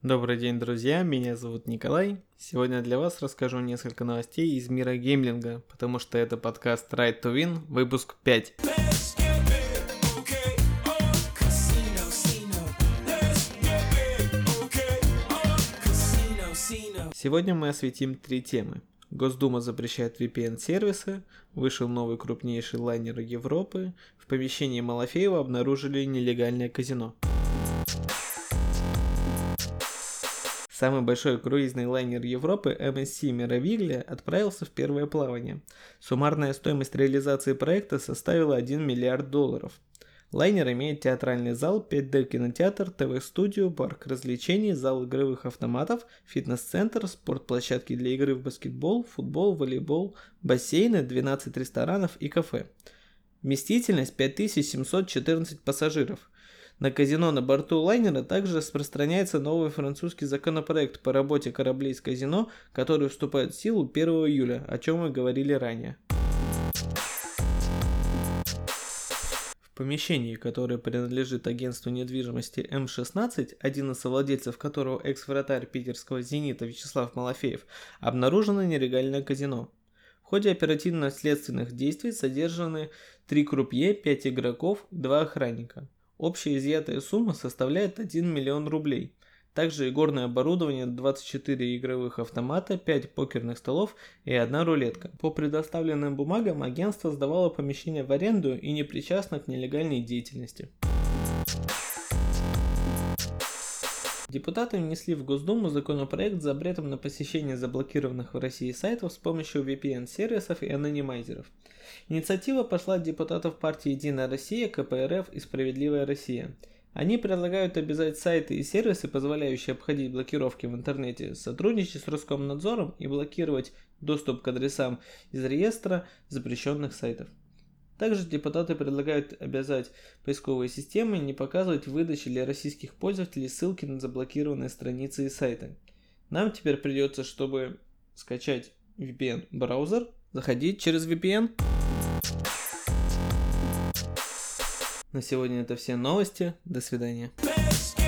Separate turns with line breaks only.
Добрый день, друзья, меня зовут Николай. Сегодня для вас расскажу несколько новостей из мира геймлинга, потому что это подкаст Right to Win, выпуск 5. Сегодня мы осветим 3 темы. Госдума запрещает VPN-сервисы, вышел новый крупнейший лайнер Европы, в помещении Малафеева обнаружили нелегальное казино. Самый большой круизный лайнер Европы MSC Meraviglia отправился в первое плавание. Суммарная стоимость реализации проекта составила $1 миллиард. Лайнер имеет театральный зал, 5D кинотеатр, ТВ-студию, парк развлечений, зал игровых автоматов, фитнес-центр, спортплощадки для игры в баскетбол, футбол, волейбол, бассейны, 12 ресторанов и кафе. Вместительность 5714 пассажиров. На казино на борту лайнера также распространяется новый французский законопроект по работе кораблей с казино, который вступает в силу 1 июля, о чем мы говорили ранее. В помещении, которое принадлежит агентству недвижимости М16, один из совладельцев которого экс-вратарь питерского «Зенита» Вячеслав Малафеев, обнаружено нелегальное казино. В ходе оперативно-следственных действий задержаны 3 крупье, 5 игроков, 2 охранника. Общая изъятая сумма составляет 1 миллион рублей. Также игорное оборудование, 24 игровых автомата, 5 покерных столов и 1 рулетка. По предоставленным бумагам агентство сдавало помещение в аренду и не причастно к нелегальной деятельности. Депутаты внесли в Госдуму законопроект с запретом на посещение заблокированных в России сайтов с помощью VPN-сервисов и анонимайзеров. Инициатива пошла от депутатов партии «Единая Россия», КПРФ и «Справедливая Россия». Они предлагают обязать сайты и сервисы, позволяющие обходить блокировки в интернете, сотрудничать с Роскомнадзором и блокировать доступ к адресам из реестра запрещенных сайтов. Также депутаты предлагают обязать поисковые системы не показывать в выдаче для российских пользователей ссылки на заблокированные страницы и сайты. Нам теперь придется, чтобы скачать VPN-браузер, заходить через VPN. На сегодня это все новости. До свидания.